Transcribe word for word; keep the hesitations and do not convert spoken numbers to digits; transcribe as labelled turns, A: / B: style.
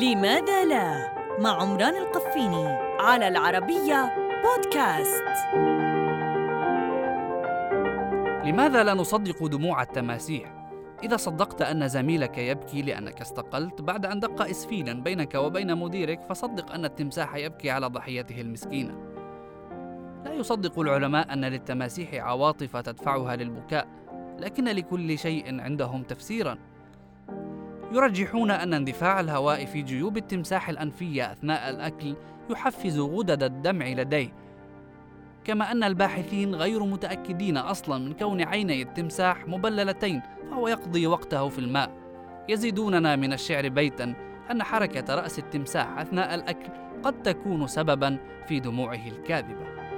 A: لماذا لا؟ مع عمران القفيني على العربية بودكاست.
B: لماذا لا نصدق دموع التماسيح؟ إذا صدقت أن زميلك يبكي لأنك استقلت بعد أن دق إسفينا بينك وبين مديرك، فصدق أن التمساح يبكي على ضحيته المسكينة. لا يصدق العلماء أن للتماسيح عواطف تدفعها للبكاء، لكن لكل شيء عندهم تفسيراً. يرجحون أن اندفاع الهواء في جيوب التمساح الأنفية أثناء الأكل يحفز غدد الدمع لديه، كما أن الباحثين غير متأكدين أصلاً من كون عيني التمساح مبللتين، فهو يقضي وقته في الماء. يزيدوننا من الشعر بيتاً أن حركة رأس التمساح أثناء الأكل قد تكون سبباً في دموعه الكاذبة.